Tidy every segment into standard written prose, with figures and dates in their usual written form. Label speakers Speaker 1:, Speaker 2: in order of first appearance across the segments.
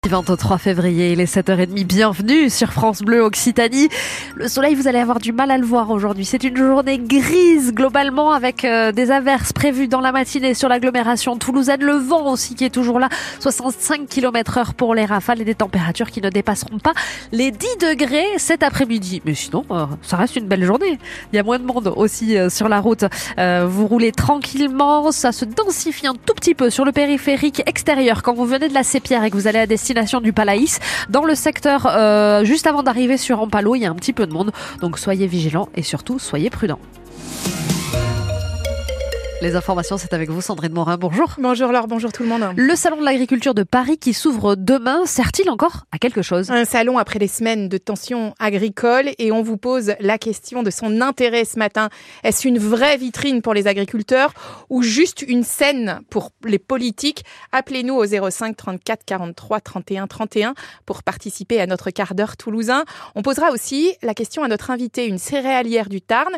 Speaker 1: 23 février, il est 7h30, bienvenue sur France Bleu Occitanie. Le soleil, vous allez avoir du mal à le voir aujourd'hui. C'est une journée grise globalement avec des averses prévues dans la matinée sur l'agglomération toulousaine. Le vent aussi qui est toujours là, 65 km/h pour les rafales et des températures qui ne dépasseront pas les 10 degrés cet après-midi. Mais sinon, ça reste une belle journée. Il y a moins de monde aussi sur la route. Vous roulez tranquillement, ça se densifie un tout petit peu sur le périphérique extérieur quand vous venez de la Sépierre et que vous allez à destination du Palaïs. Dans le secteur, juste avant d'arriver sur Ampalo, il y a un petit peu de monde. Donc soyez vigilants et surtout soyez prudents. Les informations, c'est avec vous, Sandrine Morin. Bonjour.
Speaker 2: Bonjour Laure, bonjour tout le monde.
Speaker 1: Le salon de l'agriculture de Paris qui s'ouvre demain, sert-il encore à quelque chose ?
Speaker 2: Un salon après des semaines de tensions agricoles et on vous pose la question de son intérêt ce matin. Est-ce une vraie vitrine pour les agriculteurs ou juste une scène pour les politiques ? Appelez-nous au 05 34 43 31 31 pour participer à notre quart d'heure toulousain. On posera aussi la question à notre invitée, une céréalière du Tarn,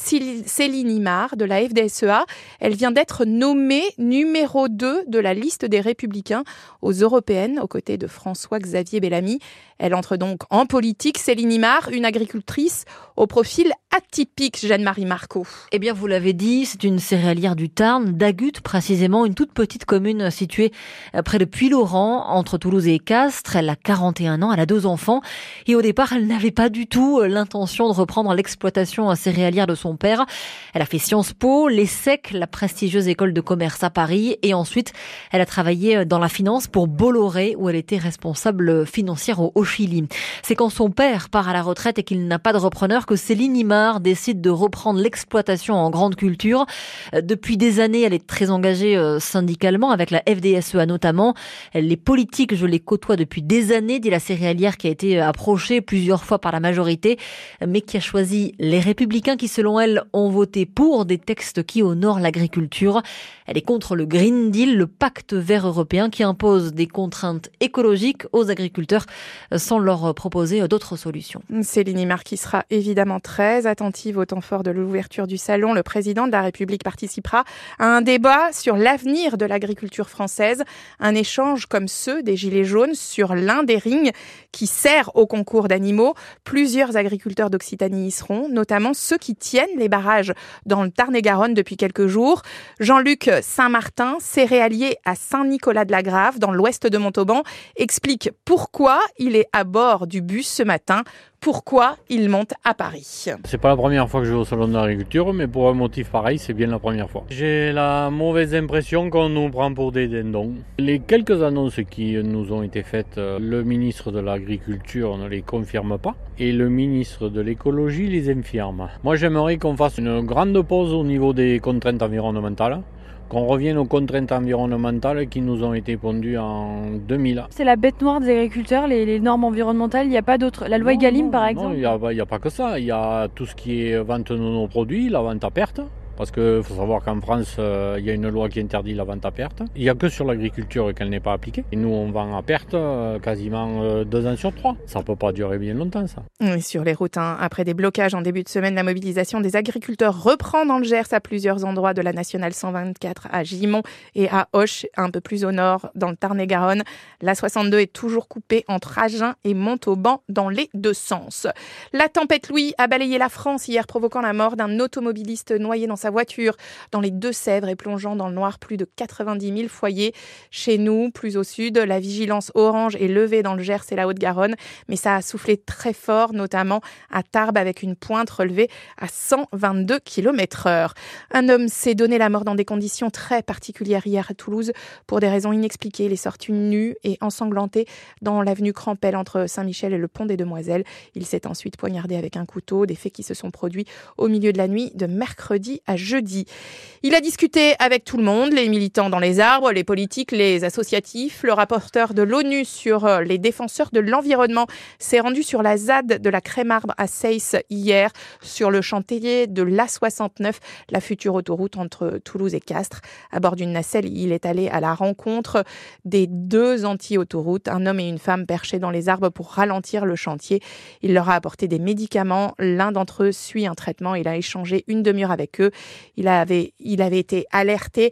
Speaker 2: Céline Imard de la FDSEA. Elle vient d'être nommée numéro 2 de la liste des Républicains aux Européennes, aux côtés de François-Xavier Bellamy. Elle entre donc en politique. Céline Imard, une agricultrice au profil atypique, Jeanne-Marie Marco.
Speaker 3: Eh bien, vous l'avez dit, c'est une céréalière du Tarn, d'Agut précisément, une toute petite commune située près de Puylaurens, entre Toulouse et Castres. Elle a 41 ans, elle a 2 enfants. Et au départ, elle n'avait pas du tout l'intention de reprendre l'exploitation céréalière de son père. Elle a fait Sciences Po, l'ESSEC, la prestigieuse école de commerce à Paris. Et ensuite, elle a travaillé dans la finance pour Bolloré, où elle était responsable financière au Chili. C'est quand son père part à la retraite et qu'il n'a pas de repreneur que Céline Imard décide de reprendre l'exploitation en grande culture. Depuis des années, elle est très engagée syndicalement, avec la FDSEA notamment. Les politiques, je les côtoie depuis des années, dit la céréalière qui a été approchée plusieurs fois par la majorité, mais qui a choisi les Républicains qui, selon elle, ont voté pour des textes qui honorent l'agriculture. Elle est contre le Green Deal, le pacte vert européen qui impose des contraintes écologiques aux agriculteurs sans leur proposer d'autres solutions.
Speaker 2: Céline Imard qui sera évidemment très attentive au temps fort de l'ouverture du salon. Le président de la République participera à un débat sur l'avenir de l'agriculture française. Un échange comme ceux des Gilets jaunes sur l'un des rings qui sert au concours d'animaux. Plusieurs agriculteurs d'Occitanie y seront, notamment ceux qui tiennent les barrages dans le Tarn-et-Garonne depuis quelques jours. Jean-Luc Saint-Martin, céréalier à Saint-Nicolas-de-la-Grave, dans l'ouest de Montauban, explique pourquoi il est à bord du bus ce matin, pourquoi il monte à Paris.
Speaker 4: C'est pas la première fois que je vais au salon de l'agriculture, mais pour un motif pareil, c'est bien la première fois. J'ai la mauvaise impression qu'on nous prend pour des dindons. Les quelques annonces qui nous ont été faites, le ministre de l'Agriculture ne les confirme pas et le ministre de l'Écologie les infirme. Moi, j'aimerais qu'on fasse une grande pause au niveau des contraintes environnementales, qu'on revienne aux contraintes environnementales qui nous ont été pondues en 2000.
Speaker 5: C'est la bête noire des agriculteurs, les normes environnementales. Il n'y a pas d'autre. La loi Egalim, par exemple.
Speaker 4: Non, il n'y a pas que ça. Il y a tout ce qui est vente de nos produits, la vente à perte. Parce qu'il faut savoir qu'en France, il y a une loi qui interdit la vente à perte. Il n'y a que sur l'agriculture qu'elle n'est pas appliquée. Et nous, on vend à perte quasiment 2 ans sur 3. Ça ne peut pas durer bien longtemps, ça.
Speaker 2: Et sur les routes, après des blocages en début de semaine, la mobilisation des agriculteurs reprend dans le Gers à plusieurs endroits de la Nationale 124 à Gimont et à Auch, un peu plus au nord, dans le Tarn-et-Garonne. La 62 est toujours coupée entre Agen et Montauban dans les 2 sens. La tempête Louis a balayé la France hier, provoquant la mort d'un automobiliste noyé dans sa voiture dans les Deux-Sèvres et plongeant dans le noir plus de 90 000 foyers. Chez nous, plus au sud, la vigilance orange est levée dans le Gers et la Haute-Garonne, mais ça a soufflé très fort, notamment à Tarbes avec une pointe relevée à 122 km/h. Un homme s'est donné la mort dans des conditions très particulières hier à Toulouse pour des raisons inexpliquées. Il est sorti nu et ensanglanté dans l'avenue Crampel entre Saint-Michel et le pont des Demoiselles. Il s'est ensuite poignardé avec un couteau, des faits qui se sont produits au milieu de la nuit de mercredi à jeudi. Il a discuté avec tout le monde, les militants dans les arbres, les politiques, les associatifs. Le rapporteur de l'ONU sur les défenseurs de l'environnement s'est rendu sur la ZAD de la Crémarbre à Seyss hier, sur le chantier de l'A69, la future autoroute entre Toulouse et Castres. À bord d'une nacelle, il est allé à la rencontre des 2 anti-autoroutes, un homme et une femme perchés dans les arbres pour ralentir le chantier. Il leur a apporté des médicaments. L'un d'entre eux suit un traitement. Il a échangé une demi-heure avec eux. Il avait été alerté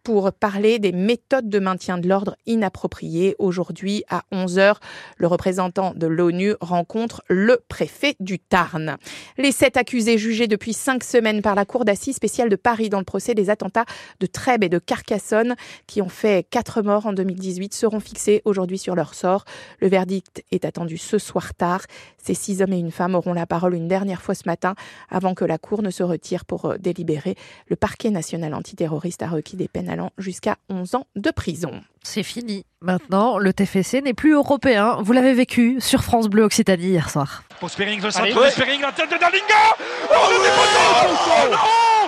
Speaker 2: pour parler des méthodes de maintien de l'ordre inappropriées. Aujourd'hui, à 11h, le représentant de l'ONU rencontre le préfet du Tarn. Les 7 accusés jugés depuis 5 semaines par la Cour d'assises spéciale de Paris dans le procès des attentats de Trèbes et de Carcassonne qui ont fait 4 morts en 2018 seront fixés aujourd'hui sur leur sort. Le verdict est attendu ce soir tard. Ces 6 hommes et une femme auront la parole une dernière fois ce matin avant que la Cour ne se retire pour délibérer. Le parquet national antiterroriste a requis des peines allant jusqu'à 11 ans de prison.
Speaker 1: C'est fini. Maintenant, le TFC n'est plus européen. Vous l'avez vécu sur France Bleu Occitanie hier soir.
Speaker 6: Pour Sperring, le centre de Sperring, la tête de Dalinga. Oh, le poteau!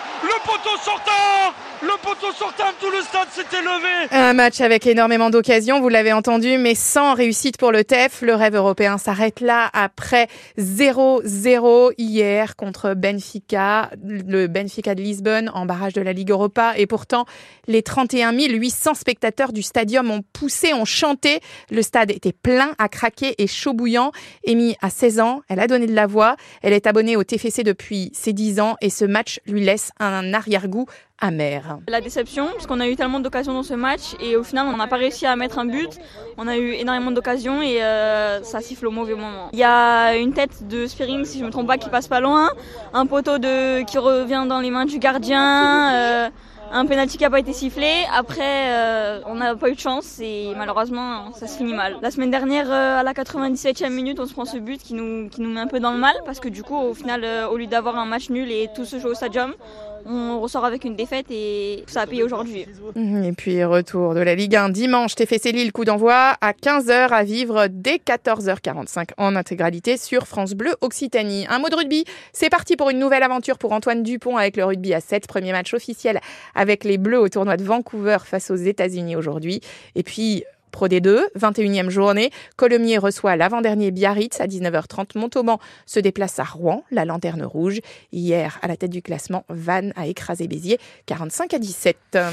Speaker 6: Le poteau sortant, tout le stade s'était levé.
Speaker 2: Un match avec énormément d'occasions, vous l'avez entendu, mais sans réussite pour le TEF. Le rêve européen s'arrête là après 0-0 hier contre Benfica, le Benfica de Lisbonne en barrage de la Ligue Europa. Et pourtant, les 31 800 spectateurs du stadium ont poussé, ont chanté. Le stade était plein, à craquer et chaud bouillant. Amy a 16 ans, elle a donné de la voix. Elle est abonnée au TFC depuis ses 10 ans et ce match lui laisse un arrière-goût amer.
Speaker 7: La déception, parce qu'on a eu tellement d'occasions dans ce match et au final on n'a pas réussi à mettre un but. On a eu énormément d'occasions et ça siffle au mauvais moment. Il y a une tête de Sperring, si je ne me trompe pas, qui passe pas loin, un poteau qui revient dans les mains du gardien, un penalty qui n'a pas été sifflé. Après, on n'a pas eu de chance et malheureusement ça se finit mal. La semaine dernière, à la 97e minute, on se prend ce but qui nous met un peu dans le mal parce que du coup, au final, au lieu d'avoir un match nul et tout se joue au stadium, on ressort avec une défaite et ça a payé aujourd'hui.
Speaker 2: Et puis retour de la Ligue 1 dimanche, TFC Lille, coup d'envoi à 15h à vivre dès 14h45 en intégralité sur France Bleu Occitanie. Un mot de rugby, c'est parti pour une nouvelle aventure pour Antoine Dupont avec le rugby à 7, premier match officiel avec les Bleus au tournoi de Vancouver face aux États-Unis aujourd'hui. Et puis Pro D2, 21e journée. Colomiers reçoit l'avant-dernier Biarritz à 19h30. Montauban se déplace à Rouen, la lanterne rouge. Hier, à la tête du classement, Vannes a écrasé Béziers, 45-17.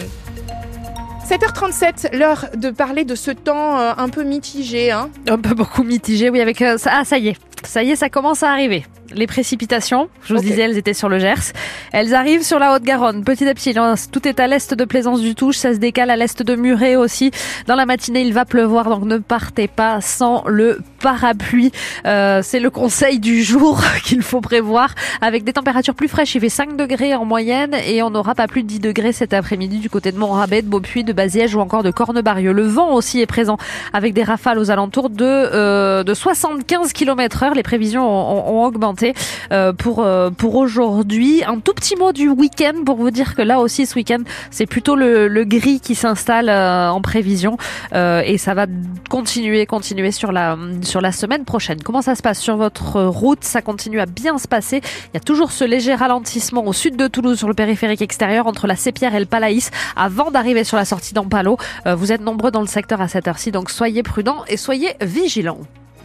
Speaker 2: 7h37, l'heure de parler de ce temps un peu mitigé. Un peu
Speaker 1: beaucoup mitigé, oui, avec ça. Ah, ça y est, ça commence à arriver. Les précipitations, je vous disais, elles étaient sur le Gers. Elles arrivent sur la Haute-Garonne. Petit à petit, tout est à l'est de Plaisance-du-Touche. Ça se décale à l'est de Muret aussi. Dans la matinée, il va pleuvoir, donc ne partez pas sans le parapluie. C'est le conseil du jour qu'il faut prévoir. Avec des températures plus fraîches, il fait 5 degrés en moyenne et on n'aura pas plus de 10 degrés cet après-midi du côté de Montrabé, de Beaupuy, de Baziège ou encore de Cornebarieux. Le vent aussi est présent avec des rafales aux alentours de 75 km/h. Les prévisions ont augmenté. Pour aujourd'hui. Un tout petit mot du week-end pour vous dire que là aussi ce week-end c'est plutôt le gris qui s'installe en prévision et ça va continuer sur la semaine prochaine. Comment ça se passe sur votre route? Ça continue à bien se passer. Il y a toujours ce léger ralentissement au sud de Toulouse sur le périphérique extérieur entre la Sépierre et le Palaïs avant d'arriver sur la sortie d'Ampalo. Vous êtes nombreux dans le secteur à cette heure-ci, donc soyez prudents et soyez vigilants.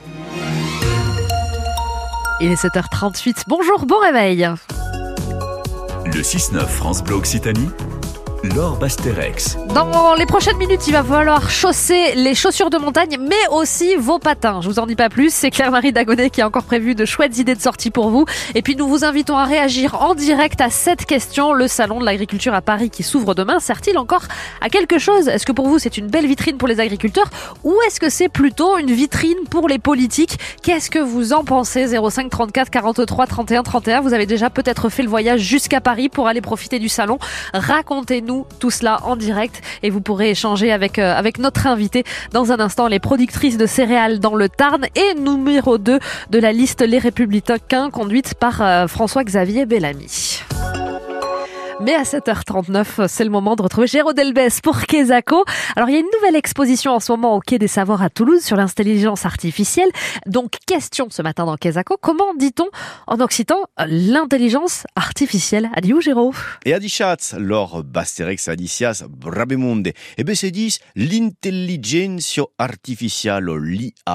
Speaker 1: Il est 7h38. Bonjour, bon réveil.
Speaker 8: Le 6-9 France Bleu Occitanie, Laure Basterex.
Speaker 1: Dans les prochaines minutes, il va falloir chausser les chaussures de montagne, mais aussi vos patins. Je vous en dis pas plus. C'est Claire-Marie Dagonet qui a encore prévu de chouettes idées de sortie pour vous. Et puis, nous vous invitons à réagir en direct à cette question. Le salon de l'agriculture à Paris qui s'ouvre demain sert-il encore à quelque chose? Est-ce que pour vous, c'est une belle vitrine pour les agriculteurs ou est-ce que c'est plutôt une vitrine pour les politiques? Qu'est-ce que vous en pensez? 05 34 43 31 31. Vous avez déjà peut-être fait le voyage jusqu'à Paris pour aller profiter du salon. Racontez-nous tout cela en direct et vous pourrez échanger avec notre invité dans un instant, les productrices de céréales dans le Tarn et numéro 2 de la liste Les Républicains conduite par François-Xavier Bellamy. Mais à 7h39, c'est le moment de retrouver Géraud Delbès pour Quesaco. Alors, il y a une nouvelle exposition en ce moment au Quai des Savoirs à Toulouse sur l'intelligence artificielle. Donc, question ce matin dans Quesaco, comment dit-on en occitan l'intelligence artificielle? Adieu, Géraud.
Speaker 9: Et adichatz, Laure Basterex adicias brabemonde. Et ben, c'est dit l'intelligence artificiale, l'IA.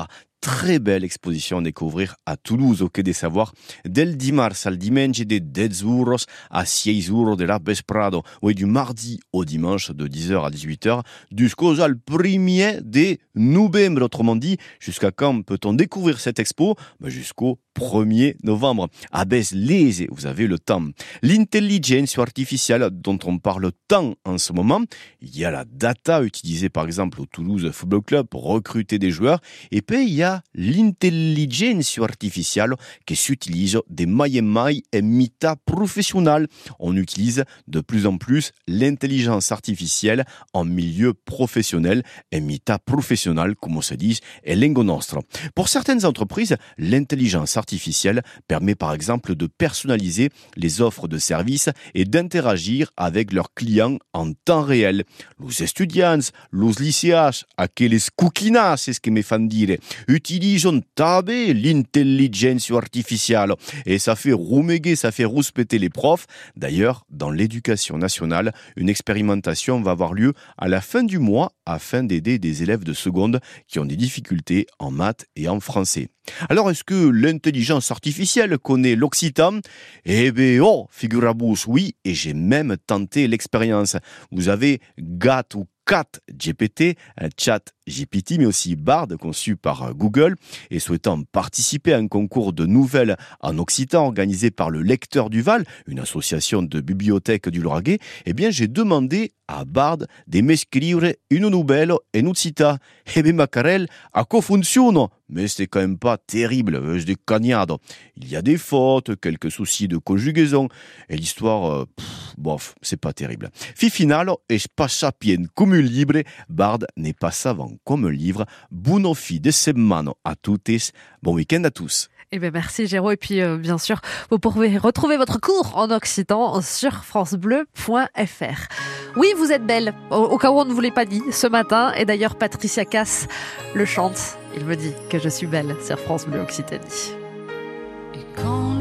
Speaker 9: très belle exposition à découvrir à Toulouse, au Quai des Savoirs, del dimarts al dimanche de 10 euros à 6 euros de la vesprado. Oui, du mardi au dimanche de 10h à 18h, jusqu'au 1er de novembre. Autrement dit, jusqu'à quand peut-on découvrir cette expo? Jusqu'au 1er novembre. À Besleze, vous avez le temps. L'intelligence artificielle dont on parle tant en ce moment, il y a la data utilisée par exemple au Toulouse Football Club pour recruter des joueurs, et puis il y a l'intelligence artificielle qui s'utilise des mailles et mita professionnels. On utilise de plus en plus l'intelligence artificielle en milieu professionnel et mita professionnel, comme on se dit, et lingo nostro. Pour certaines entreprises, l'intelligence artificielle permet par exemple de personnaliser les offres de services et d'interagir avec leurs clients en temps réel. Les étudiants, les lycéens, aqueles cuquinas, c'est ce que me fan dire, utilisent tabe l'intelligence artificielle et ça fait rouméguer, ça fait rouspéter les profs. D'ailleurs, dans l'éducation nationale, une expérimentation va avoir lieu à la fin du mois afin d'aider des élèves de seconde qui ont des difficultés en maths et en français. Alors, est-ce que l'intelligence artificielle connaît l'occitan? Eh bien, figurez-vous, oui, et j'ai même tenté l'expérience. Vous avez GAT ou ChatGPT, ChatGPT, mais aussi Bard, conçu par Google, et souhaitant participer à un concours de nouvelles en occitan organisé par le Lecteur du Val, une association de bibliothèques du Lauragais, eh bien, j'ai demandé à Bard de m'écrire une nouvelle en occitan. Eh bien, Macarel, à quoi fonctionne? Mais c'est quand même pas terrible, je dis cagnade. Il y a des fautes, quelques soucis de conjugaison, et l'histoire, bof, c'est pas terrible. Final, es pas sapien comme un livre, Bard n'est pas savant comme un livre. Buon fin de semaine à toutes, bon week-end à tous.
Speaker 1: Eh bien, merci Géraud. Et puis, bien sûr, vous pourrez retrouver votre cours en occitan sur francebleu.fr. Oui, vous êtes belle. Au cas où on ne vous l'ait pas dit ce matin. Et d'ailleurs, Patricia Cass le chante. Il me dit que je suis belle sur France Bleu Occitanie.